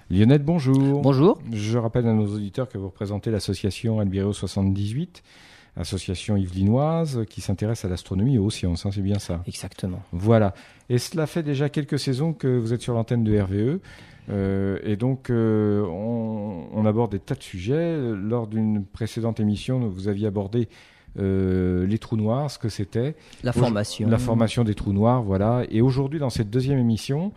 Lionel, bonjour. Bonjour. Je rappelle à nos auditeurs que vous représentez l'association Albireo 78, association yvelinoise qui s'intéresse à l'astronomie et aux sciences, c'est bien ça? Exactement. Voilà. Et cela fait déjà quelques saisons que vous êtes sur l'antenne de RVE. Et donc, on aborde des tas de sujets. Lors d'une précédente émission, vous aviez abordé les trous noirs, ce que c'était. La formation des trous noirs, voilà. Et aujourd'hui, dans cette deuxième émission,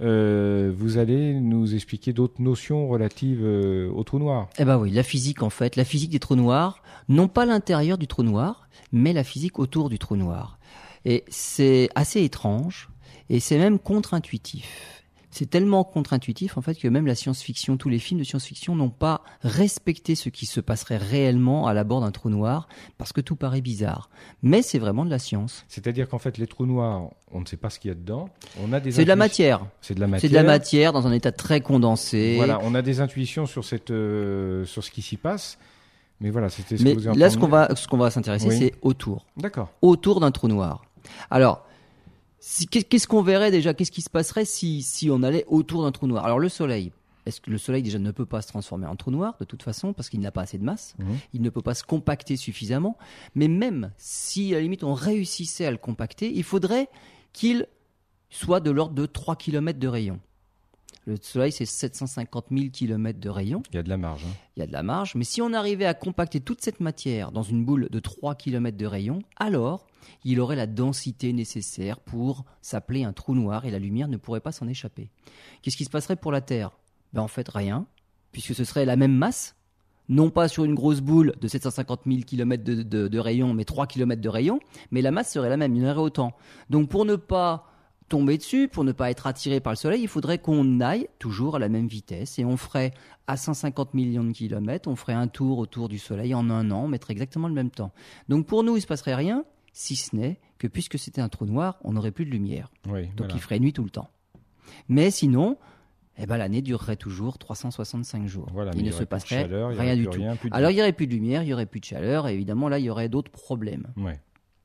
vous allez nous expliquer d'autres notions relatives aux trous noirs. Eh ben oui, la physique en fait, la physique des trous noirs, non pas l'intérieur du trou noir, mais la physique autour du trou noir. Et c'est assez étrange, et c'est même contre-intuitif. C'est tellement contre-intuitif en fait que même la science-fiction, tous les films de science-fiction n'ont pas respecté ce qui se passerait réellement à l'abord d'un trou noir parce que tout paraît bizarre. Mais c'est vraiment de la science. C'est-à-dire qu'en fait les trous noirs, on ne sait pas ce qu'il y a dedans. C'est de la matière. C'est de la matière. C'est de la matière dans un état très condensé. Voilà, on a des intuitions sur sur ce qui s'y passe. Mais voilà, c'était ce que vous avez là, entendu. ce qu'on va s'intéresser, Oui. c'est autour. D'accord. Autour d'un trou noir. Alors, qu'est-ce qu'on verrait déjà? Qu'est-ce qui se passerait si on allait autour d'un trou noir? Alors le Soleil, est-ce que le Soleil déjà ne peut pas se transformer en trou noir de toute façon parce qu'il n'a pas assez de masse, il ne peut pas se compacter suffisamment, mais même si à la limite on réussissait à le compacter, il faudrait qu'il soit de l'ordre de 3 km de rayon. Le Soleil, c'est 750 000 km de rayon. Il y a de la marge. Il y a de la marge, mais si on arrivait à compacter toute cette matière dans une boule de 3 km de rayon, alors il aurait la densité nécessaire pour s'appeler un trou noir et la lumière ne pourrait pas s'en échapper. Qu'est-ce qui se passerait pour la Terre? En fait, rien, puisque ce serait la même masse, non pas sur une grosse boule de 750 000 km de rayon, mais 3 km de rayon, mais la masse serait la même, il y en aurait autant. Donc pour ne pas tomber dessus, pour ne pas être attiré par le Soleil, il faudrait qu'on aille toujours à la même vitesse et on ferait à 150 millions de kilomètres, on ferait un tour autour du Soleil en un an, on mettrait exactement le même temps. Donc pour nous, il ne se passerait rien, si ce n'est que puisque c'était un trou noir, on n'aurait plus de lumière. Oui, donc voilà. il ferait nuit tout le temps. Mais sinon, l'année durerait toujours 365 jours. Voilà, il ne se passerait rien du tout. Alors il n'y aurait plus de lumière, il n'y aurait plus de chaleur, et évidemment là, il y aurait d'autres problèmes. Ouais.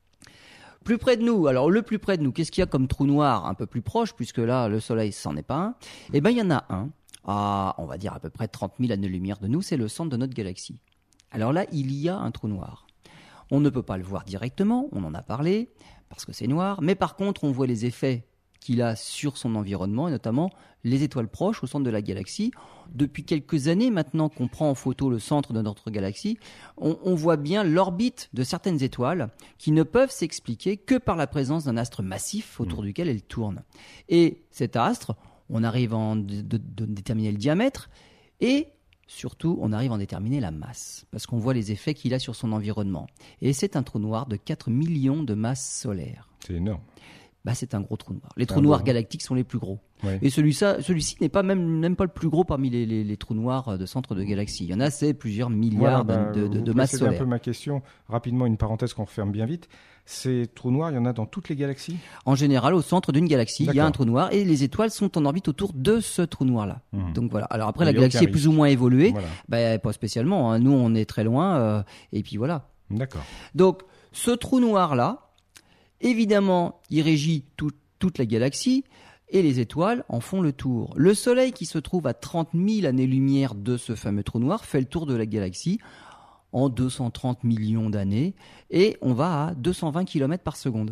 Plus près de nous, alors le plus près de nous, qu'est-ce qu'il y a comme trou noir un peu plus proche, puisque là, le Soleil, c'en est pas un? Il y en a un, à, on va dire à peu près 30 000 années-lumière de nous, c'est le centre de notre galaxie. Alors là, il y a un trou noir. On ne peut pas le voir directement, on en a parlé, parce que c'est noir, mais par contre, on voit les effets qu'il a sur son environnement, et notamment les étoiles proches au centre de la galaxie. Depuis quelques années maintenant qu'on prend en photo le centre de notre galaxie, on voit bien l'orbite de certaines étoiles qui ne peuvent s'expliquer que par la présence d'un astre massif autour duquel elles tournent. Et cet astre, on arrive à déterminer le diamètre et surtout, on arrive à en déterminer la masse, parce qu'on voit les effets qu'il a sur son environnement. Et c'est un trou noir de 4 millions de masses solaires. C'est énorme. C'est un gros trou noir. Les trous noirs galactiques sont les plus gros. Ouais. Et celui-ci n'est pas même pas le plus gros parmi les trous noirs de centre de galaxie. Il y en a, c'est plusieurs milliards de masses solaires. C'est un peu ma question. Rapidement, une parenthèse qu'on referme bien vite. Ces trous noirs, il y en a dans toutes les galaxies? En général, au centre d'une galaxie, il y a un trou noir et les étoiles sont en orbite autour de ce trou noir-là. Donc voilà. Alors après, la galaxie est plus ou moins évoluée. Voilà. Pas spécialement. Hein. Nous, on est très loin. Et puis voilà. D'accord. Donc, ce trou noir-là, évidemment, il régit toute la galaxie et les étoiles en font le tour. Le Soleil, qui se trouve à 30 000 années-lumière de ce fameux trou noir, fait le tour de la galaxie en 230 millions d'années et on va à 220 km par seconde.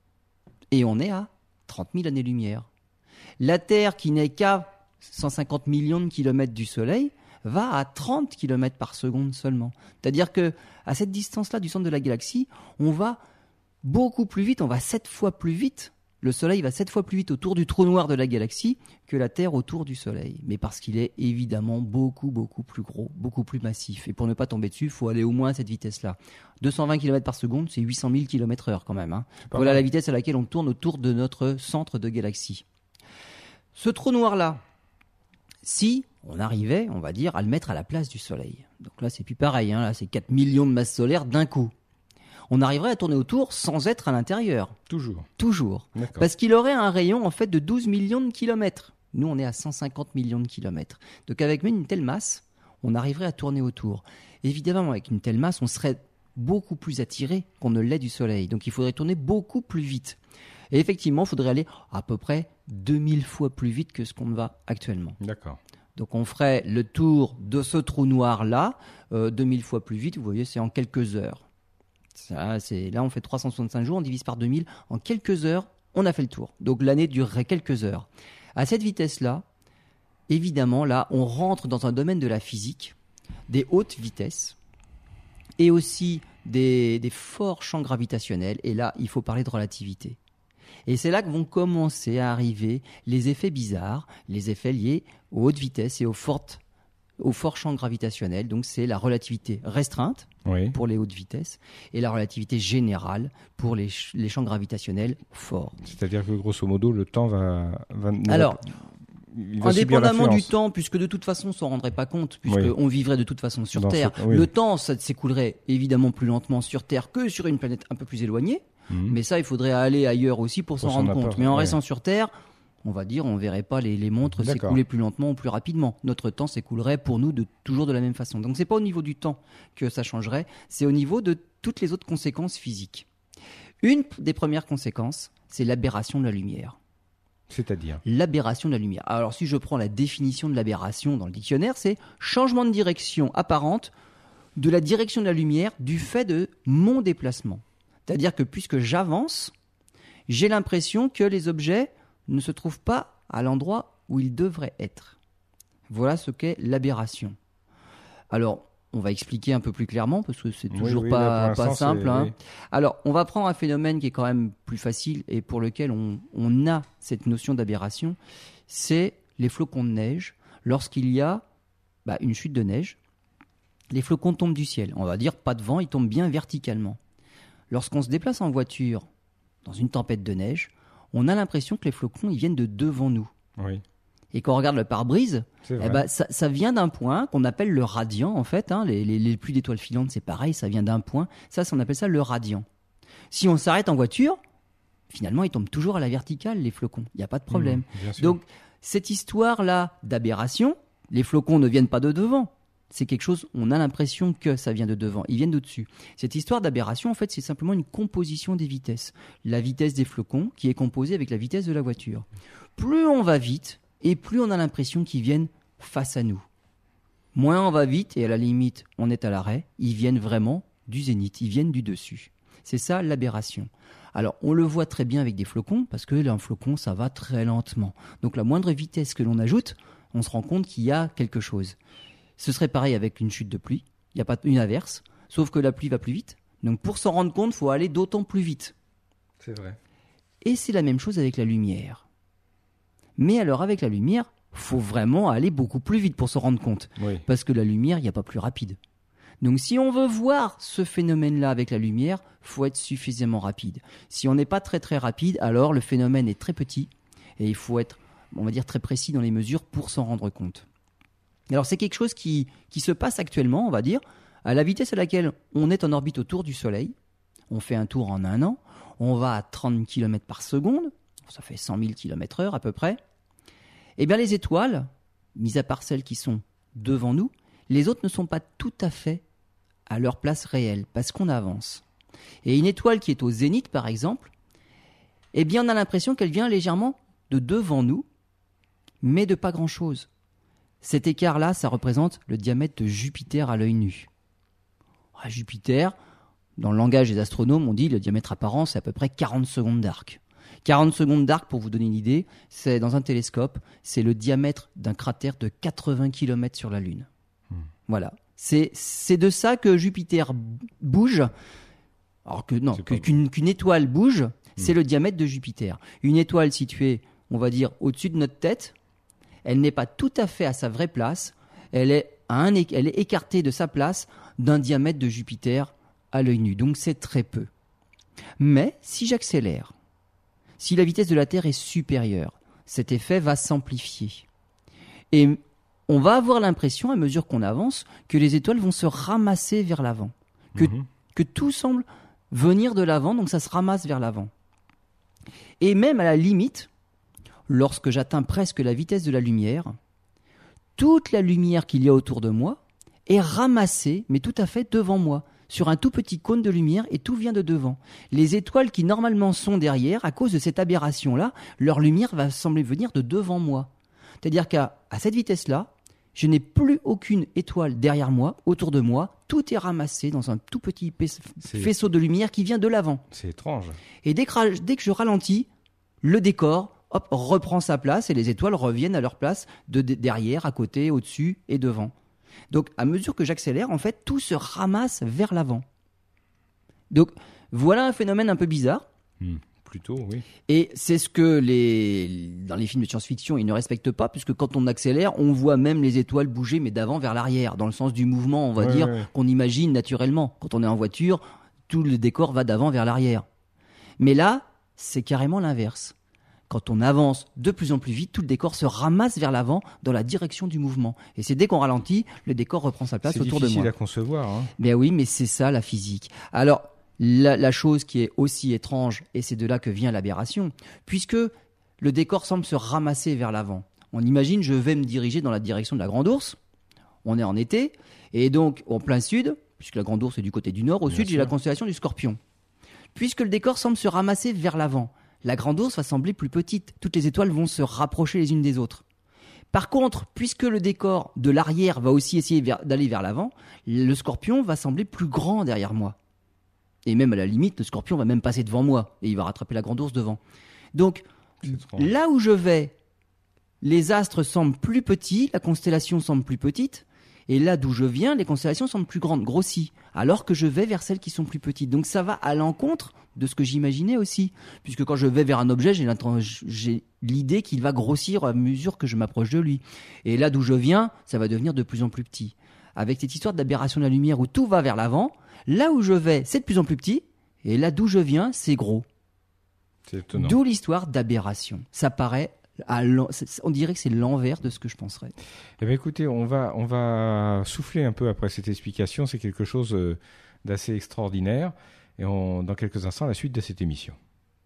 Et on est à 30 000 années-lumière. La Terre, qui n'est qu'à 150 millions de kilomètres du Soleil, va à 30 km par seconde seulement. C'est-à-dire que à cette distance-là du centre de la galaxie, on va beaucoup plus vite, on va 7 fois plus vite. Le Soleil va 7 fois plus vite autour du trou noir de la galaxie que la Terre autour du Soleil. Mais parce qu'il est évidemment beaucoup plus gros, beaucoup plus massif. Et pour ne pas tomber dessus, il faut aller au moins à cette vitesse-là. 220 km par seconde, c'est 800 000 km/h quand même. Hein. Voilà la vitesse à laquelle on tourne autour de notre centre de galaxie. Ce trou noir-là, si on arrivait, on va dire, à le mettre à la place du Soleil. Donc là, c'est plus pareil. Hein. Là, c'est 4 millions de masses solaires d'un coup. On arriverait à tourner autour sans être à l'intérieur. Toujours. Parce qu'il aurait un rayon en fait de 12 millions de kilomètres. Nous, on est à 150 millions de kilomètres. Donc avec une telle masse, on arriverait à tourner autour. Évidemment, avec une telle masse, on serait beaucoup plus attiré qu'on ne l'est du Soleil. Donc il faudrait tourner beaucoup plus vite. Et effectivement, il faudrait aller à peu près 2000 fois plus vite que ce qu'on va actuellement. D'accord. Donc on ferait le tour de ce trou noir-là, 2000 fois plus vite, vous voyez, c'est en quelques heures. Là, on fait 365 jours, on divise par 2000, en quelques heures, on a fait le tour. Donc l'année durerait quelques heures. À cette vitesse-là, évidemment, là, on rentre dans un domaine de la physique, des hautes vitesses, et aussi des forts champs gravitationnels. Et là, il faut parler de relativité. Et c'est là que vont commencer à arriver les effets bizarres, les effets liés aux hautes vitesses et aux forts champs gravitationnels. Donc c'est la relativité restreinte pour les hautes vitesses et la relativité générale pour les champs gravitationnels forts. C'est-à-dire que grosso modo, le temps va Alors, indépendamment du l'influence. temps, puisque de toute façon on s'en rendrait pas compte, Oui. puisqu'on vivrait de toute façon sur Dans Terre. oui. Le temps, ça s'écoulerait évidemment plus lentement sur Terre que sur une planète un peu plus éloignée. Mais ça, il faudrait aller ailleurs aussi pour s'en rendre compte. Mais en restant sur Terre, on va dire, on verrait pas les montres D'accord. s'écouler plus lentement ou plus rapidement. Notre temps s'écoulerait pour nous toujours de la même façon. Donc c'est pas au niveau du temps que ça changerait, c'est au niveau de toutes les autres conséquences physiques. Une des premières conséquences, c'est l'aberration de la lumière. C'est-à-dire L'aberration de la lumière. Alors si je prends la définition de l'aberration dans le dictionnaire, c'est changement de direction apparente de la direction de la lumière du fait de mon déplacement. C'est-à-dire que puisque j'avance, j'ai l'impression que les objets ne se trouvent pas à l'endroit où ils devraient être. Voilà ce qu'est l'aberration. Alors, on va expliquer un peu plus clairement parce que c'est toujours pas simple. Oui. Alors, on va prendre un phénomène qui est quand même plus facile et pour lequel on a cette notion d'aberration, c'est les flocons de neige. Lorsqu'il y a une chute de neige, les flocons tombent du ciel. On va dire pas de vent, ils tombent bien verticalement. Lorsqu'on se déplace en voiture dans une tempête de neige, on a l'impression que les flocons ils viennent de devant nous. Oui. Et quand on regarde le pare-brise, ça vient d'un point qu'on appelle le radian en fait. Les pluies d'étoiles filantes, c'est pareil, ça vient d'un point. Ça, on appelle ça le radian. Si on s'arrête en voiture, finalement, ils tombent toujours à la verticale, les flocons. Il n'y a pas de problème. Donc, cette histoire-là d'aberration, les flocons ne viennent pas de devant. C'est quelque chose, on a l'impression que ça vient de devant. Ils viennent d'au-dessus. Cette histoire d'aberration, en fait, c'est simplement une composition des vitesses. La vitesse des flocons qui est composée avec la vitesse de la voiture. Plus on va vite, et plus on a l'impression qu'ils viennent face à nous. Moins on va vite, et à la limite, on est à l'arrêt, ils viennent vraiment du zénith, ils viennent du dessus. C'est ça l'aberration. Alors, on le voit très bien avec des flocons, parce que un flocon, ça va très lentement. Donc, la moindre vitesse que l'on ajoute, on se rend compte qu'il y a quelque chose. Ce serait pareil avec une chute de pluie. Il n'y a pas une averse, sauf que la pluie va plus vite. Donc pour s'en rendre compte, il faut aller d'autant plus vite. C'est vrai. Et c'est la même chose avec la lumière. Mais alors avec la lumière, il faut vraiment aller beaucoup plus vite pour s'en rendre compte. Oui. Parce que la lumière, il n'y a pas plus rapide. Donc si on veut voir ce phénomène-là avec la lumière, il faut être suffisamment rapide. Si on n'est pas très très rapide, alors le phénomène est très petit. Et il faut être, on va dire, très précis dans les mesures pour s'en rendre compte. Alors c'est quelque chose qui se passe actuellement, on va dire, à la vitesse à laquelle on est en orbite autour du Soleil. On fait un tour en 1 an, on va à 30 km par seconde, ça fait 100 000 km/h à peu près. Eh bien les étoiles, mis à part celles qui sont devant nous, les autres ne sont pas tout à fait à leur place réelle, parce qu'on avance. Et une étoile qui est au zénith par exemple, eh bien on a l'impression qu'elle vient légèrement de devant nous, mais de pas grand-chose. Cet écart-là, ça représente le diamètre de Jupiter à l'œil nu. Jupiter, dans le langage des astronomes, on dit le diamètre apparent, c'est à peu près 40 secondes d'arc. 40 secondes d'arc, pour vous donner une idée, c'est dans un télescope, c'est le diamètre d'un cratère de 80 km sur la Lune. Voilà. C'est de ça que Jupiter bouge. Alors que non, qu'une étoile bouge, c'est le diamètre de Jupiter. Une étoile située, on va dire, au-dessus de notre tête, elle n'est pas tout à fait à sa vraie place. Elle est écartée de sa place d'un diamètre de Jupiter à l'œil nu. Donc c'est très peu. Mais si j'accélère, si la vitesse de la Terre est supérieure, cet effet va s'amplifier. Et on va avoir l'impression, à mesure qu'on avance, que les étoiles vont se ramasser vers l'avant. Que tout semble venir de l'avant, donc ça se ramasse vers l'avant. Et même à la limite, lorsque j'atteins presque la vitesse de la lumière, toute la lumière qu'il y a autour de moi est ramassée, mais tout à fait devant moi, sur un tout petit cône de lumière, et tout vient de devant. Les étoiles qui normalement sont derrière, à cause de cette aberration-là, leur lumière va sembler venir de devant moi. C'est-à-dire qu'à cette vitesse-là, je n'ai plus aucune étoile derrière moi, autour de moi. Tout est ramassé dans un tout petit faisceau de lumière qui vient de l'avant. C'est étrange. Et dès que je ralentis, le décor reprend sa place et les étoiles reviennent à leur place derrière, à côté, au-dessus et devant. Donc, à mesure que j'accélère, en fait, tout se ramasse vers l'avant. Donc, voilà un phénomène un peu bizarre. Plutôt, oui. Et c'est ce que dans les films de science-fiction, ils ne respectent pas, puisque quand on accélère, on voit même les étoiles bouger, mais d'avant vers l'arrière, dans le sens du mouvement, on va dire, qu'on imagine naturellement. Quand on est en voiture, tout le décor va d'avant vers l'arrière. Mais là, c'est carrément l'inverse. Quand on avance de plus en plus vite, tout le décor se ramasse vers l'avant dans la direction du mouvement. Et c'est dès qu'on ralentit, le décor reprend sa place autour de moi. C'est difficile à concevoir. Hein. Ben oui, mais c'est ça la physique. Alors, la chose qui est aussi étrange, et c'est de là que vient l'aberration, puisque le décor semble se ramasser vers l'avant. On imagine, je vais me diriger dans la direction de la Grande Ourse. On est en été, et donc en plein sud, puisque la Grande Ourse est du côté du nord, au sud, j'ai la constellation du Scorpion. Puisque le décor semble se ramasser vers l'avant, la Grande Ourse va sembler plus petite. Toutes les étoiles vont se rapprocher les unes des autres. Par contre, puisque le décor de l'arrière va aussi essayer d'aller vers l'avant, le Scorpion va sembler plus grand derrière moi. Et même à la limite, le Scorpion va même passer devant moi et il va rattraper la Grande Ourse devant. Donc, là où je vais, les astres semblent plus petits, la constellation semble plus petite. Et là d'où je viens, les constellations semblent plus grandes, grossies, alors que je vais vers celles qui sont plus petites. Donc ça va à l'encontre de ce que j'imaginais aussi. Puisque quand je vais vers un objet, j'ai l'idée qu'il va grossir à mesure que je m'approche de lui. Et là d'où je viens, ça va devenir de plus en plus petit. Avec cette histoire d'aberration de la lumière où tout va vers l'avant, là où je vais, c'est de plus en plus petit. Et là d'où je viens, c'est gros. C'est étonnant. D'où l'histoire d'aberration. Ça paraît... on dirait que c'est l'envers de ce que je penserais. Eh bien, écoutez, on va souffler un peu après cette explication. C'est quelque chose d'assez extraordinaire. Et dans quelques instants, la suite de cette émission.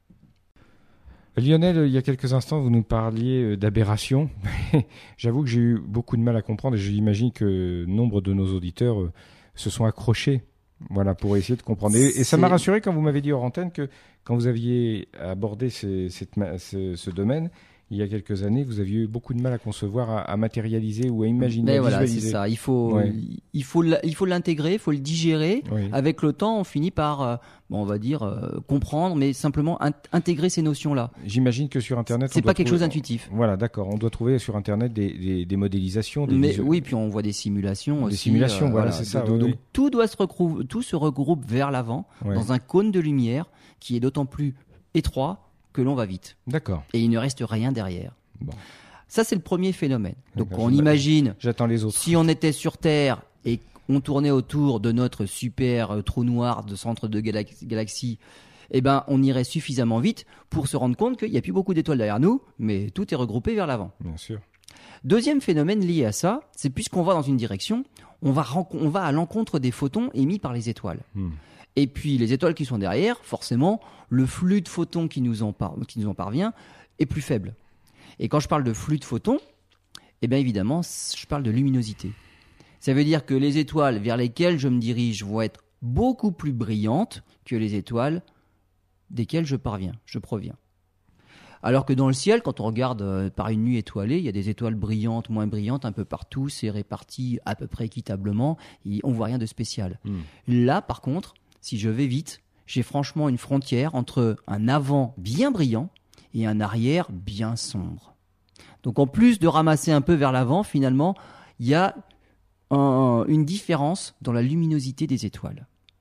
Lionel, il y a quelques instants, vous nous parliez d'aberration. J'avoue que j'ai eu beaucoup de mal à comprendre et j'imagine que nombre de nos auditeurs se sont accrochés pour essayer de comprendre. Et ça m'a rassuré quand vous m'avez dit hors antenne que quand vous aviez abordé ce domaine, il y a quelques années, vous aviez eu beaucoup de mal à concevoir, à matérialiser ou à imaginer, à visualiser. C'est ça. Il faut l'intégrer, il faut le digérer. Oui. Avec le temps, on finit par, on va dire, comprendre, mais simplement intégrer ces notions-là. J'imagine que sur Internet, c'est pas quelque chose d'intuitif. Voilà, d'accord. On doit trouver sur Internet des modélisations, oui, puis on voit des simulations aussi. Des simulations, c'est ça. Donc tout se regroupe vers l'avant dans un cône de lumière qui est d'autant plus étroit que l'on va vite. D'accord. Et il ne reste rien derrière. Bon. Ça, c'est le premier phénomène. Donc, on imagine, j'attends les autres. Si on était sur Terre et on tournait autour de notre super trou noir de centre de galaxie, eh ben, on irait suffisamment vite pour se rendre compte qu'il n'y a plus beaucoup d'étoiles derrière nous, mais tout est regroupé vers l'avant. Bien sûr. Deuxième phénomène lié à ça, c'est puisqu'on va dans une direction, on va à l'encontre des photons émis par les étoiles. Et puis, les étoiles qui sont derrière, forcément, le flux de photons qui nous en parvient est plus faible. Et quand je parle de flux de photons, eh bien évidemment, je parle de luminosité. Ça veut dire que les étoiles vers lesquelles je me dirige vont être beaucoup plus brillantes que les étoiles desquelles je proviens. Alors que dans le ciel, quand on regarde par une nuit étoilée, il y a des étoiles brillantes, moins brillantes, un peu partout, c'est réparti à peu près équitablement, et on voit rien de spécial. Là, par contre, si je vais vite, j'ai franchement une frontière entre un avant bien brillant et un arrière bien sombre. Donc en plus de ramasser un peu vers l'avant, finalement, il y a une différence dans la luminosité des étoiles.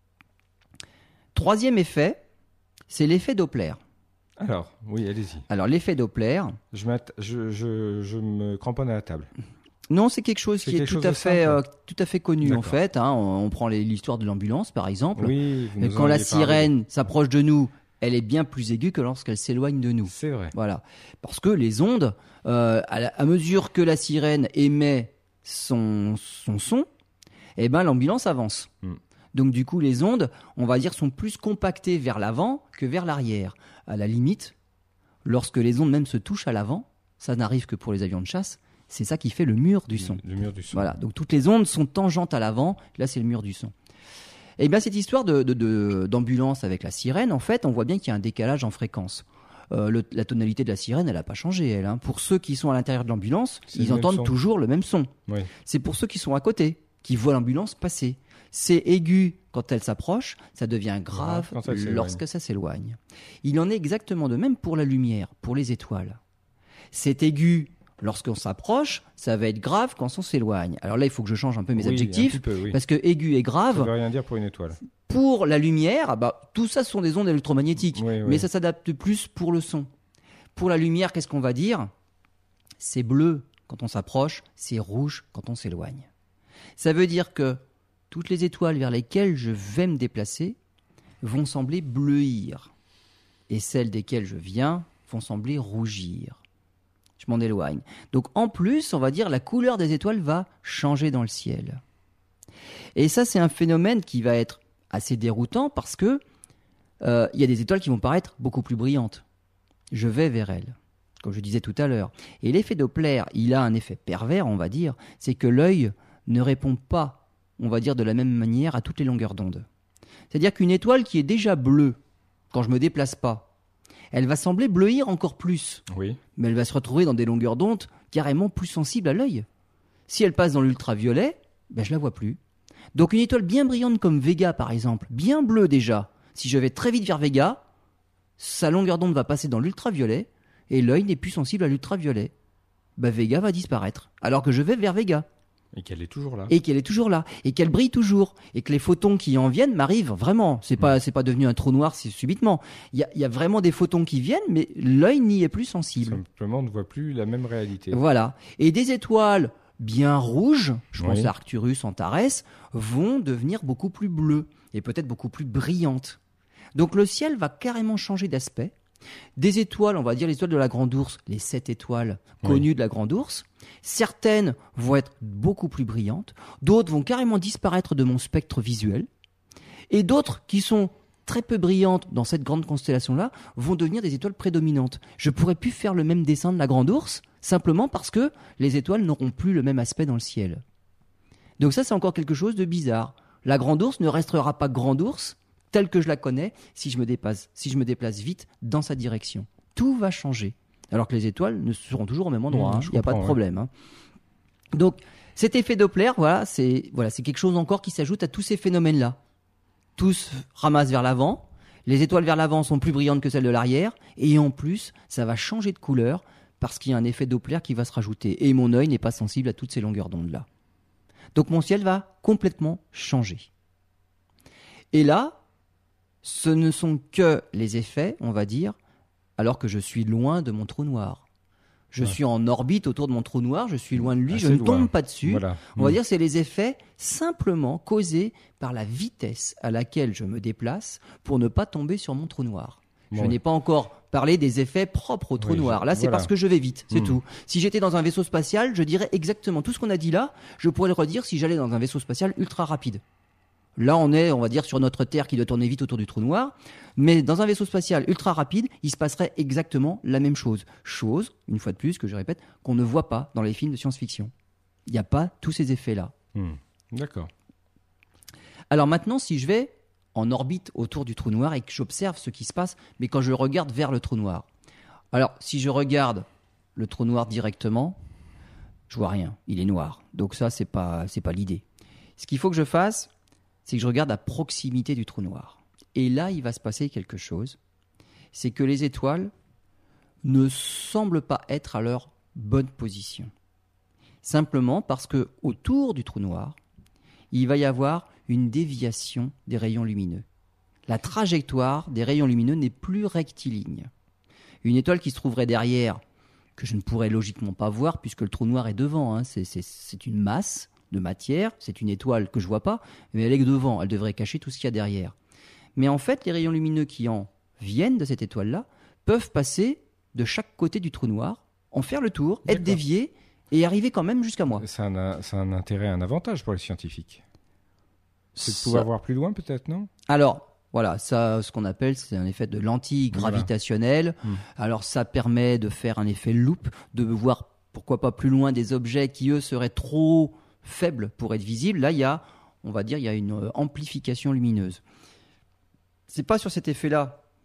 Troisième effet, c'est l'effet Doppler. Alors, oui, allez-y. Alors l'effet Doppler... Je me cramponne à la table. Non, c'est quelque chose qui est tout à fait connu en fait. On prend l'histoire de l'ambulance par exemple. Oui, quand la sirène s'approche de nous, elle est bien plus aiguë que lorsqu'elle s'éloigne de nous. C'est vrai. Voilà, parce que les ondes, à mesure que la sirène émet son son, eh ben l'ambulance avance. Donc du coup, les ondes, on va dire, sont plus compactées vers l'avant que vers l'arrière. À la limite, lorsque les ondes même se touchent à l'avant, ça n'arrive que pour les avions de chasse. C'est ça qui fait le mur du son. Le mur du son. Voilà. Donc toutes les ondes sont tangentes à l'avant. Là, c'est le mur du son. Et bien cette histoire d'ambulance avec la sirène, en fait, on voit bien qu'il y a un décalage en fréquence. la tonalité de la sirène, elle n'a pas changé, elle. Hein. Pour ceux qui sont à l'intérieur de l'ambulance, ils entendent son. toujours le même son. Oui. C'est pour ceux qui sont à côté, qui voient l'ambulance passer. C'est aigu quand elle s'approche, ça devient grave lorsque ça s'éloigne. Il en est exactement de même pour la lumière, pour les étoiles. C'est aigu lorsqu'on s'approche, ça va être grave quand on s'éloigne. Alors là, il faut que je change un peu mes adjectifs, parce que aigu et grave... Ça ne veut rien dire pour une étoile. Pour la lumière, tout ça, ce sont des ondes électromagnétiques, mais ça s'adapte plus pour le son. Pour la lumière, qu'est-ce qu'on va dire ? C'est bleu quand on s'approche, c'est rouge quand on s'éloigne. Ça veut dire que toutes les étoiles vers lesquelles je vais me déplacer vont sembler bleuir. Et celles desquelles je viens vont sembler rougir. Je m'en éloigne. Donc en plus, on va dire, la couleur des étoiles va changer dans le ciel. Et ça, c'est un phénomène qui va être assez déroutant parce que il y a des étoiles qui vont paraître beaucoup plus brillantes. Je vais vers elles, comme je disais tout à l'heure. Et l'effet Doppler, il a un effet pervers, on va dire, c'est que l'œil ne répond pas, on va dire, de la même manière à toutes les longueurs d'onde. C'est-à-dire qu'une étoile qui est déjà bleue, quand je ne me déplace pas, elle va sembler bleuir encore plus. Oui. Mais elle va se retrouver dans des longueurs d'onde carrément plus sensibles à l'œil. Si elle passe dans l'ultraviolet, je ne la vois plus. Donc une étoile bien brillante comme Vega, par exemple, bien bleue déjà, si je vais très vite vers Vega, sa longueur d'onde va passer dans l'ultraviolet et l'œil n'est plus sensible à l'ultraviolet. Vega va disparaître, alors que je vais vers Vega. Et qu'elle est toujours là. Et qu'elle est toujours là. Et qu'elle brille toujours. Et que les photons qui en viennent m'arrivent vraiment. C'est pas devenu un trou noir subitement. Il y a vraiment des photons qui viennent, mais l'œil n'y est plus sensible. Simplement, on ne voit plus la même réalité. Voilà. Et des étoiles bien rouges, je pense à Arcturus, Antares, vont devenir beaucoup plus bleues. Et peut-être beaucoup plus brillantes. Donc le ciel va carrément changer d'aspect. Des étoiles, on va dire les étoiles de la Grande Ourse, les 7 étoiles connues de la Grande Ourse, certaines vont être beaucoup plus brillantes, d'autres vont carrément disparaître de mon spectre visuel, et d'autres qui sont très peu brillantes dans cette grande constellation-là vont devenir des étoiles prédominantes. Je pourrais plus faire le même dessin de la Grande Ourse, simplement parce que les étoiles n'auront plus le même aspect dans le ciel. Donc ça, c'est encore quelque chose de bizarre. La Grande Ourse ne restera pas Grande Ourse, telle que je la connais, si je me déplace vite dans sa direction. Tout va changer. Alors que les étoiles ne seront toujours au même endroit. Il n'y a pas de problème. Hein. Donc, cet effet Doppler, c'est quelque chose encore qui s'ajoute à tous ces phénomènes-là. Tous ramassent vers l'avant. Les étoiles vers l'avant sont plus brillantes que celles de l'arrière. Et en plus, ça va changer de couleur parce qu'il y a un effet Doppler qui va se rajouter. Et mon œil n'est pas sensible à toutes ces longueurs d'onde-là. Donc, mon ciel va complètement changer. Et là, ce ne sont que les effets, on va dire, alors que je suis loin de mon trou noir. Je suis en orbite autour de mon trou noir, je suis loin de lui, je ne tombe pas dessus. Voilà. On va dire que c'est les effets simplement causés par la vitesse à laquelle je me déplace pour ne pas tomber sur mon trou noir. Je n'ai pas encore parlé des effets propres au trou noir. Là, c'est parce que je vais vite, c'est tout. Si j'étais dans un vaisseau spatial, je dirais exactement tout ce qu'on a dit là, je pourrais le redire si j'allais dans un vaisseau spatial ultra rapide. Là, on va dire, sur notre Terre qui doit tourner vite autour du trou noir. Mais dans un vaisseau spatial ultra rapide, il se passerait exactement la même chose. Chose, une fois de plus, que je répète, qu'on ne voit pas dans les films de science-fiction. Il n'y a pas tous ces effets-là. D'accord. Alors maintenant, si je vais en orbite autour du trou noir et que j'observe ce qui se passe, mais quand je regarde vers le trou noir. Alors, si je regarde le trou noir directement, je vois rien. Il est noir. Donc ça, c'est pas l'idée. Ce qu'il faut que je fasse, c'est que je regarde à proximité du trou noir. Et là, il va se passer quelque chose. C'est que les étoiles ne semblent pas être à leur bonne position. Simplement parce que autour du trou noir, il va y avoir une déviation des rayons lumineux. La trajectoire des rayons lumineux n'est plus rectiligne. Une étoile qui se trouverait derrière, que je ne pourrais logiquement pas voir puisque le trou noir est devant, c'est une masse de matière, c'est une étoile que je vois pas, mais elle est devant, elle devrait cacher tout ce qu'il y a derrière. Mais en fait, les rayons lumineux qui en viennent de cette étoile-là peuvent passer de chaque côté du trou noir, en faire le tour, être déviés et arriver quand même jusqu'à moi. C'est un intérêt, un avantage pour les scientifiques. C'est de pouvoir voir plus loin peut-être, non ? Alors, voilà, ça, ce qu'on appelle, c'est un effet de lentille gravitationnelle. Alors, ça permet de faire un effet loupe, de voir, pourquoi pas plus loin, des objets qui, eux, seraient trop faible pour être visible. Là, il y a une amplification lumineuse. C'est pas sur cet effet-là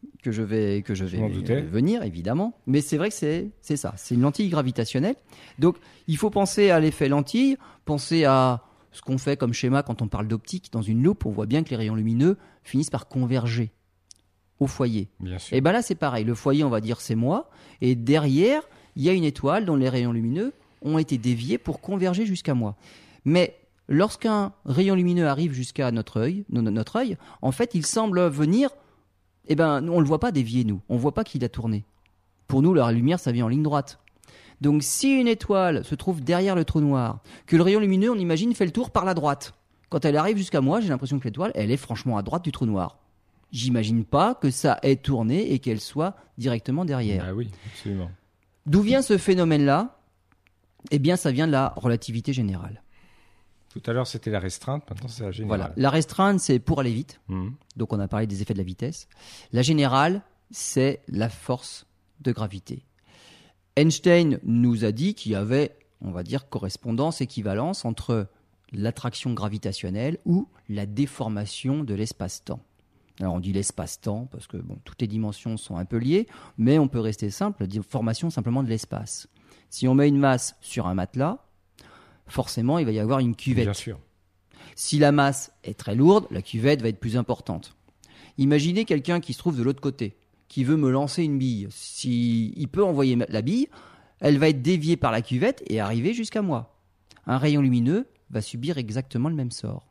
que je vais venir, évidemment. Mais c'est vrai que c'est ça. C'est une lentille gravitationnelle. Donc, il faut penser à l'effet lentille, penser à ce qu'on fait comme schéma quand on parle d'optique. Dans une loupe, on voit bien que les rayons lumineux finissent par converger au foyer. Bien sûr. Et bien là, c'est pareil. Le foyer, on va dire, c'est moi. Et derrière, il y a une étoile dont les rayons lumineux ont été déviés pour converger jusqu'à moi. Mais lorsqu'un rayon lumineux arrive jusqu'à notre œil, en fait, il semble venir. On ne le voit pas dévier, nous. On ne voit pas qu'il a tourné. Pour nous, la lumière, ça vient en ligne droite. Donc, si une étoile se trouve derrière le trou noir, que le rayon lumineux, on imagine, fait le tour par la droite. Quand elle arrive jusqu'à moi, j'ai l'impression que l'étoile, elle est franchement à droite du trou noir. J'imagine pas que ça ait tourné et qu'elle soit directement derrière. Ah oui, absolument. D'où vient ce phénomène-là ? Eh bien, ça vient de la relativité générale. Tout à l'heure, c'était la restreinte, maintenant c'est la générale. Voilà. La restreinte, c'est pour aller vite. Donc, on a parlé des effets de la vitesse. La générale, c'est la force de gravité. Einstein nous a dit qu'il y avait, on va dire, correspondance, équivalence entre l'attraction gravitationnelle ou la déformation de l'espace-temps. Alors, on dit l'espace-temps parce que toutes les dimensions sont un peu liées, mais on peut rester simple, déformation simplement de l'espace. Si on met une masse sur un matelas, forcément, il va y avoir une cuvette. Bien sûr. Si la masse est très lourde, la cuvette va être plus importante. Imaginez quelqu'un qui se trouve de l'autre côté, qui veut me lancer une bille. S'il peut envoyer la bille, elle va être déviée par la cuvette et arriver jusqu'à moi. Un rayon lumineux va subir exactement le même sort.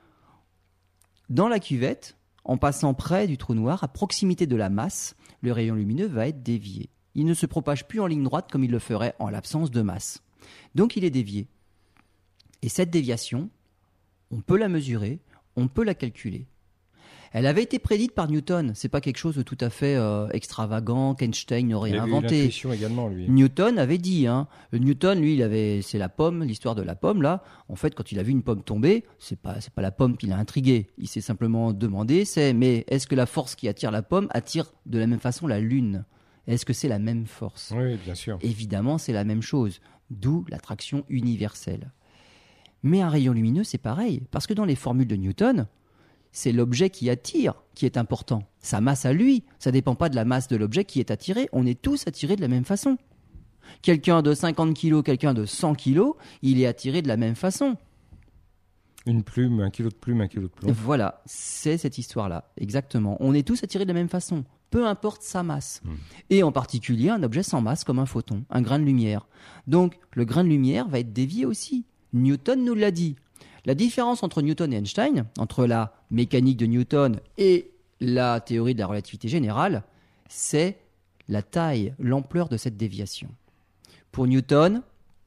Dans la cuvette, en passant près du trou noir, à proximité de la masse, le rayon lumineux va être dévié. Il ne se propage plus en ligne droite comme il le ferait en l'absence de masse. Donc il est dévié. Et cette déviation, on peut la mesurer, on peut la calculer. Elle avait été prédite par Newton. C'est pas quelque chose de tout à fait extravagant qu'Einstein n'aurait inventé. Il a eu l'intuition également, lui. Newton avait dit. Newton, lui, c'est la pomme, l'histoire de la pomme là. En fait, quand il a vu une pomme tomber, c'est pas la pomme qui l'a intrigué. Il s'est simplement demandé, mais est-ce que la force qui attire la pomme attire de la même façon la Lune ? Est-ce que c'est la même force ? Oui, bien sûr. Évidemment, c'est la même chose. D'où l'attraction universelle. Mais un rayon lumineux, c'est pareil, parce que dans les formules de Newton, c'est l'objet qui attire qui est important. Sa masse à lui, ça ne dépend pas de la masse de l'objet qui est attiré. On est tous attirés de la même façon. Quelqu'un de 50 kg, quelqu'un de 100 kg, il est attiré de la même façon. Une plume, 1 kilo de plume, 1 kilo de plomb. Voilà, c'est cette histoire-là, exactement. On est tous attirés de la même façon, peu importe sa masse. Et en particulier, un objet sans masse comme un photon, un grain de lumière. Donc, le grain de lumière va être dévié aussi. Newton nous l'a dit. La différence entre Newton et Einstein, entre la mécanique de Newton et la théorie de la relativité générale, c'est la taille, l'ampleur de cette déviation. Pour Newton,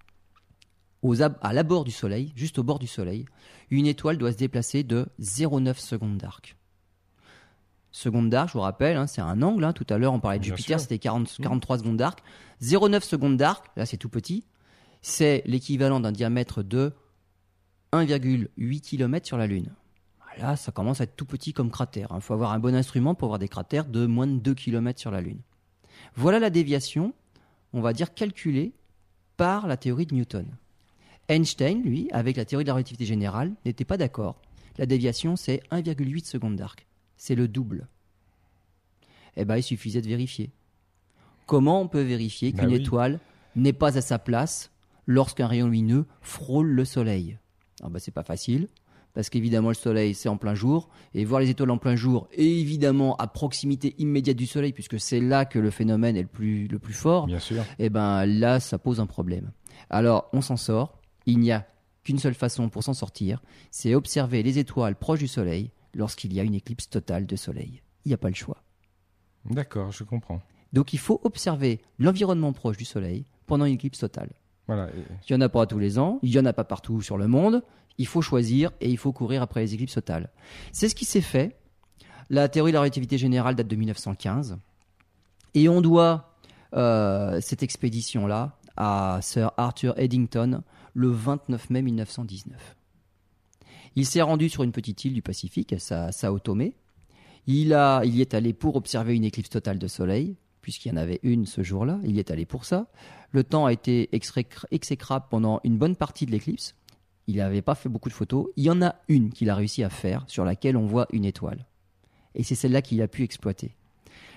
à l'abord du Soleil, juste au bord du Soleil, une étoile doit se déplacer de 0,9 secondes d'arc. Secondes d'arc, je vous rappelle, c'est un angle. Tout à l'heure, on parlait de Jupiter, c'était 43 secondes d'arc. 0,9 secondes d'arc, là c'est tout petit, c'est l'équivalent d'un diamètre de 1,8 km sur la Lune. Là, ça commence à être tout petit comme cratère. Il faut avoir un bon instrument pour voir des cratères de moins de 2 km sur la Lune. Voilà la déviation, on va dire calculée par la théorie de Newton. Einstein, lui, avec la théorie de la relativité générale, n'était pas d'accord. La déviation, c'est 1,8 secondes d'arc. C'est le double. Il suffisait de vérifier. Comment on peut vérifier qu'une étoile n'est pas à sa place lorsqu'un rayon lumineux frôle le Soleil ? C'est pas facile, parce qu'évidemment le Soleil c'est en plein jour, et voir les étoiles en plein jour, et évidemment à proximité immédiate du Soleil, puisque c'est là que le phénomène est le plus fort, bien sûr. Là ça pose un problème. Alors on s'en sort, il n'y a qu'une seule façon pour s'en sortir, c'est observer les étoiles proches du Soleil lorsqu'il y a une éclipse totale de Soleil. Il n'y a pas le choix. D'accord, je comprends. Donc il faut observer l'environnement proche du Soleil pendant une éclipse totale. Voilà. Il n'y en a pas tous les ans, il n'y en a pas partout sur le monde. Il faut choisir et il faut courir après les éclipses totales. C'est ce qui s'est fait. La théorie de la relativité générale date de 1915. Et on doit cette expédition-là à Sir Arthur Eddington le 29 mai 1919. Il s'est rendu sur une petite île du Pacifique, Sao Tomé. Il y est allé pour observer une éclipse totale de soleil, puisqu'il y en avait une ce jour-là. Il y est allé pour ça. Le temps a été exécrable pendant une bonne partie de l'éclipse. Il n'avait pas fait beaucoup de photos. Il y en a une qu'il a réussi à faire, sur laquelle on voit une étoile. Et c'est celle-là qu'il a pu exploiter.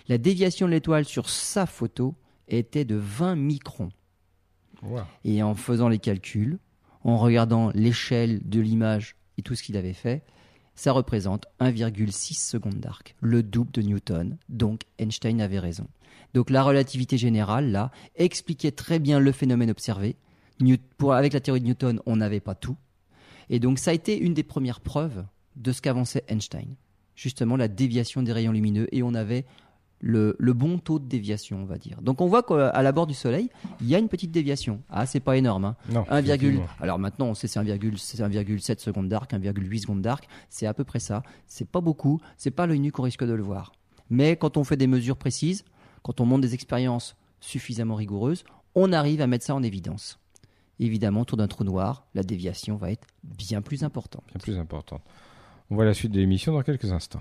La déviation de l'étoile sur sa photo était de 20 microns. Wow. Et en faisant les calculs, en regardant l'échelle de l'image et tout ce qu'il avait fait, ça représente 1,6 secondes d'arc, le double de Newton. Donc Einstein avait raison. Donc la relativité générale, là, expliquait très bien le phénomène observé. Avec la théorie de Newton, on n'avait pas tout. Et donc ça a été une des premières preuves de ce qu'avançait Einstein. Justement la déviation des rayons lumineux. Et on avait le bon taux de déviation, on va dire. Donc on voit qu'à l'abord du Soleil, il y a une petite déviation. Ah, c'est pas énorme. Hein. Non, 1, alors maintenant, on sait c'est 1,7 secondes d'arc, 1,8 secondes d'arc. C'est à peu près ça. C'est pas beaucoup. C'est pas à l'œil nu qu'on risque de le voir. Mais quand on fait des mesures précises, quand on monte des expériences suffisamment rigoureuses, on arrive à mettre ça en évidence. Évidemment, autour d'un trou noir, la déviation va être bien plus importante. Bien plus importante. On voit la suite de l'émission dans quelques instants.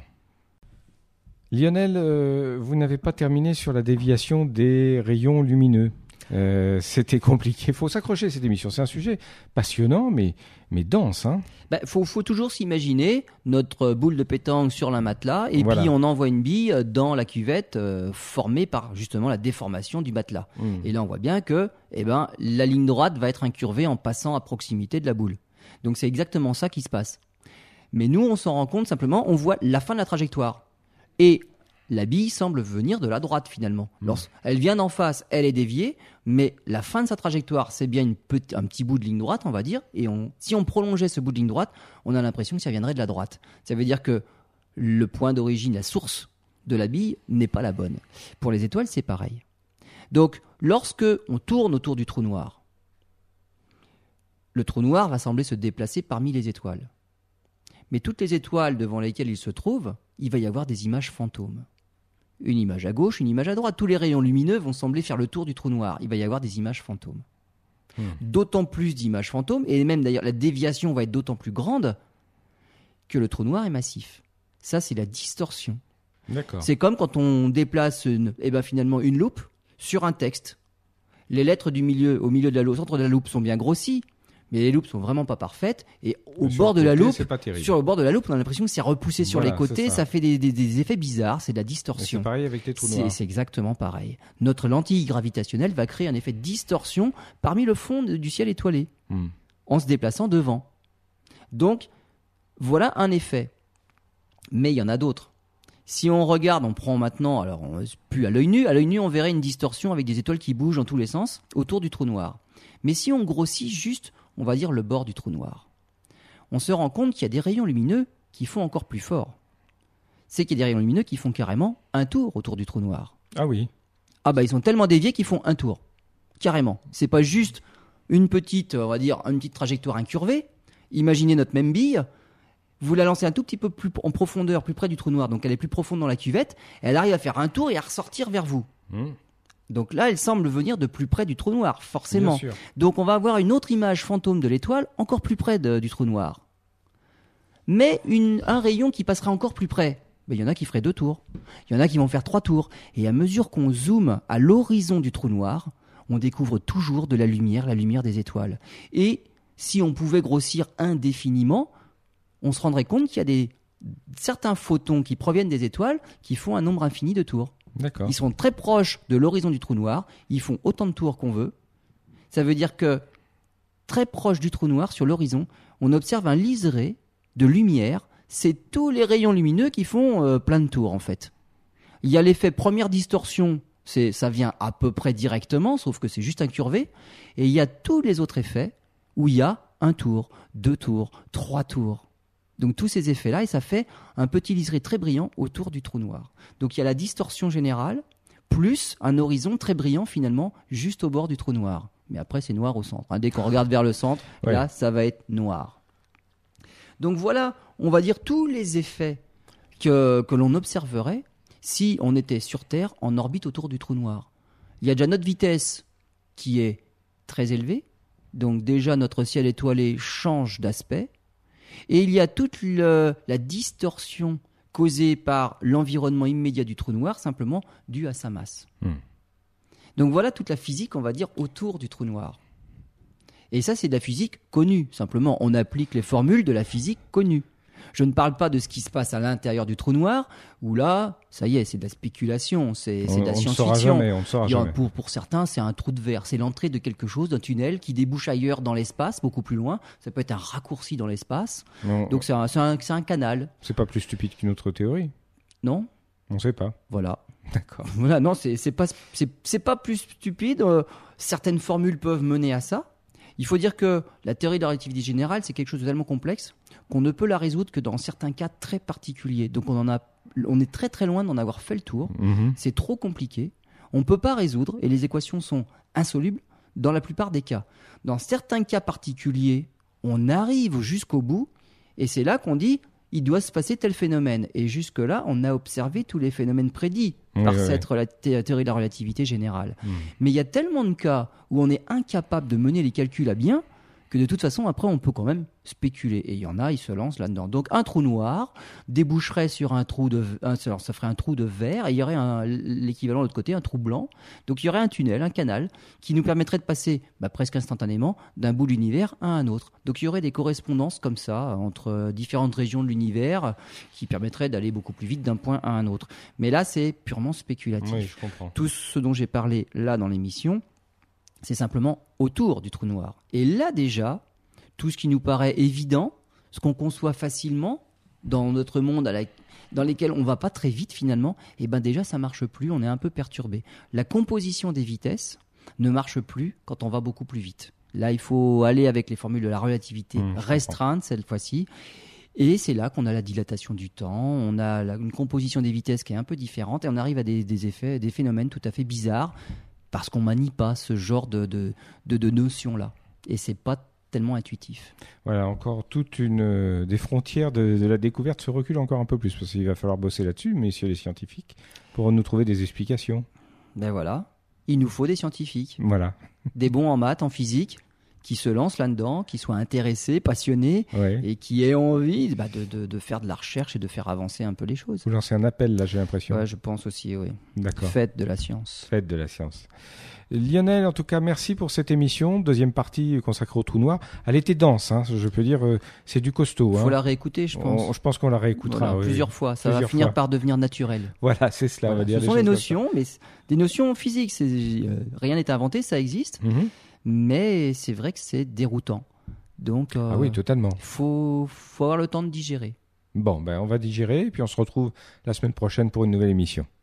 Lionel, vous n'avez pas terminé sur la déviation des rayons lumineux. C'était compliqué. Il faut s'accrocher à cette émission. C'est un sujet passionnant, mais dense. Hein. Faut toujours s'imaginer notre boule de pétanque sur un matelas et voilà. Puis on envoie une bille dans la cuvette formée par justement la déformation du matelas. Et là, on voit bien que la ligne droite va être incurvée en passant à proximité de la boule. Donc c'est exactement ça qui se passe. Mais nous, on s'en rend compte simplement, on voit la fin de la trajectoire. Et la bille semble venir de la droite finalement. Elle vient d'en face, elle est déviée, mais la fin de sa trajectoire, c'est bien un petit bout de ligne droite, on va dire. Et si on prolongeait ce bout de ligne droite, on a l'impression que ça viendrait de la droite. Ça veut dire que le point d'origine, la source de la bille n'est pas la bonne. Pour les étoiles, c'est pareil. Donc, lorsque on tourne autour du trou noir, le trou noir va sembler se déplacer parmi les étoiles. Mais toutes les étoiles devant lesquelles il se trouve, il va y avoir des images fantômes. Une image à gauche, une image à droite. Tous les rayons lumineux vont sembler faire le tour du trou noir. Il va y avoir des images fantômes. D'autant plus d'images fantômes, et même d'ailleurs la déviation va être d'autant plus grande que le trou noir est massif. Ça, c'est la distorsion. D'accord. C'est comme quand on déplace finalement une loupe sur un texte. Les lettres au milieu de au centre de la loupe sont bien grossies, mais les loupes sont vraiment pas parfaites. Et au bord de la loupe, sur le bord de la loupe, on a l'impression que c'est repoussé sur les côtés. Ça fait des effets bizarres. C'est de la distorsion. C'est pareil avec les trous noirs. C'est exactement pareil. Notre lentille gravitationnelle va créer un effet de distorsion parmi le fond du ciel étoilé, en se déplaçant devant. Donc, voilà un effet. Mais il y en a d'autres. Si on regarde, on prend maintenant, alors plus à l'œil nu, on verrait une distorsion avec des étoiles qui bougent dans tous les sens autour du trou noir. Mais si on grossit juste, on va dire le bord du trou noir, on se rend compte qu'il y a des rayons lumineux qui font encore plus fort. C'est qu'il y a des rayons lumineux qui font carrément un tour autour du trou noir. Ah oui. Ah ils sont tellement déviés qu'ils font un tour. Carrément. C'est pas juste une petite trajectoire incurvée. Imaginez notre même bille. Vous la lancez un tout petit peu plus en profondeur, plus près du trou noir, donc elle est plus profonde dans la cuvette, et elle arrive à faire un tour et à ressortir vers vous. Donc là, elle semble venir de plus près du trou noir, forcément. Bien sûr. Donc on va avoir une autre image fantôme de l'étoile, encore plus près du trou noir. Mais un rayon qui passera encore plus près. Il y en a qui feraient 2 tours, il y en a qui vont faire 3 tours. Et à mesure qu'on zoome à l'horizon du trou noir, on découvre toujours de la lumière des étoiles. Et si on pouvait grossir indéfiniment, on se rendrait compte qu'il y a certains photons qui proviennent des étoiles qui font un nombre infini de tours. D'accord. Ils sont très proches de l'horizon du trou noir, ils font autant de tours qu'on veut. Ça veut dire que très proche du trou noir, sur l'horizon, on observe un liseré de lumière. C'est tous les rayons lumineux qui font plein de tours en fait. Il y a l'effet première distorsion, ça vient à peu près directement, sauf que c'est juste incurvé. Et il y a tous les autres effets où il y a 1 tour, 2 tours, 3 tours. Donc tous ces effets-là, et ça fait un petit liseré très brillant autour du trou noir. Donc il y a la distorsion générale, plus un horizon très brillant finalement, juste au bord du trou noir. Mais après c'est noir au centre. Dès qu'on regarde vers le centre, là ça va être noir. Donc voilà, on va dire tous les effets que l'on observerait si on était sur Terre en orbite autour du trou noir. Il y a déjà notre vitesse qui est très élevée, donc déjà notre ciel étoilé change d'aspect. Et il y a toute la distorsion causée par l'environnement immédiat du trou noir, simplement due à sa masse. Donc voilà toute la physique, on va dire, autour du trou noir. Et ça, c'est de la physique connue. Simplement, on applique les formules de la physique connue. Je ne parle pas de ce qui se passe à l'intérieur du trou noir, où là, ça y est, c'est de la spéculation, c'est de la science-fiction. On ne saura jamais. Pour certains, c'est un trou de verre, c'est l'entrée de quelque chose, d'un tunnel qui débouche ailleurs dans l'espace, beaucoup plus loin. Ça peut être un raccourci dans l'espace. Donc c'est un canal. C'est pas plus stupide qu'une autre théorie? Non? On ne sait pas. Voilà. D'accord. Voilà, non, c'est pas plus stupide. Certaines formules peuvent mener à ça. Il faut dire que la théorie de la relativité générale, c'est quelque chose de tellement complexe qu'on ne peut la résoudre que dans certains cas très particuliers. Donc on est très très loin d'en avoir fait le tour. C'est trop compliqué. On ne peut pas résoudre et les équations sont insolubles dans la plupart des cas. Dans certains cas particuliers, on arrive jusqu'au bout et c'est là qu'on dit il doit se passer tel phénomène. Et jusque-là, on a observé tous les phénomènes prédits par cette théorie de la relativité générale. Mais il y a tellement de cas où on est incapable de mener les calculs à bien que de toute façon, après, on peut quand même spéculer. Et il y en a, ils se lancent là-dedans. Donc, un trou noir déboucherait sur ça ferait un trou de verre, et il y aurait l'équivalent de l'autre côté, un trou blanc. Donc, il y aurait un tunnel, un canal, qui nous permettrait de passer presque instantanément d'un bout de l'univers à un autre. Donc, il y aurait des correspondances comme ça entre différentes régions de l'univers qui permettraient d'aller beaucoup plus vite d'un point à un autre. Mais là, c'est purement spéculatif. Oui, je comprends. Tout ce dont j'ai parlé là dans l'émission, c'est simplement autour du trou noir. Et là déjà, tout ce qui nous paraît évident, ce qu'on conçoit facilement dans notre monde dans lequel on ne va pas très vite finalement, déjà ça ne marche plus, on est un peu perturbé. La composition des vitesses ne marche plus quand on va beaucoup plus vite. Là, il faut aller avec les formules de la relativité restreinte cette fois-ci. Et c'est là qu'on a la dilatation du temps, on a une composition des vitesses qui est un peu différente et on arrive à des effets, des phénomènes tout à fait bizarres parce qu'on manie pas ce genre de notions-là. Et c'est pas tellement intuitif. Voilà, encore des frontières de la découverte se reculent encore un peu plus, parce qu'il va falloir bosser là-dessus, messieurs les scientifiques, pour nous trouver des explications. Ben voilà, il nous faut des scientifiques. Voilà. Des bons en maths, en physique, qui se lancent là-dedans, qui soient intéressés, passionnés, et qui aient envie de faire de la recherche et de faire avancer un peu les choses. Vous lancez un appel, là, j'ai l'impression. Ouais, je pense aussi, oui. D'accord. Faites de la science. Faites de la science. Lionel, en tout cas, merci pour cette émission. Deuxième partie consacrée au trou noir. Elle était dense, je peux dire, c'est du costaud. Il faut la rééciter, je pense. Je pense qu'on la réécoutera. Plusieurs fois. Ça va finir par devenir naturel. Voilà, c'est cela. On va dire ce sont des notions, mais des notions physiques. Rien n'est inventé, ça existe. Mais c'est vrai que c'est déroutant. Donc, oui, totalement. Il faut avoir le temps de digérer. Bon, on va digérer et puis on se retrouve la semaine prochaine pour une nouvelle émission.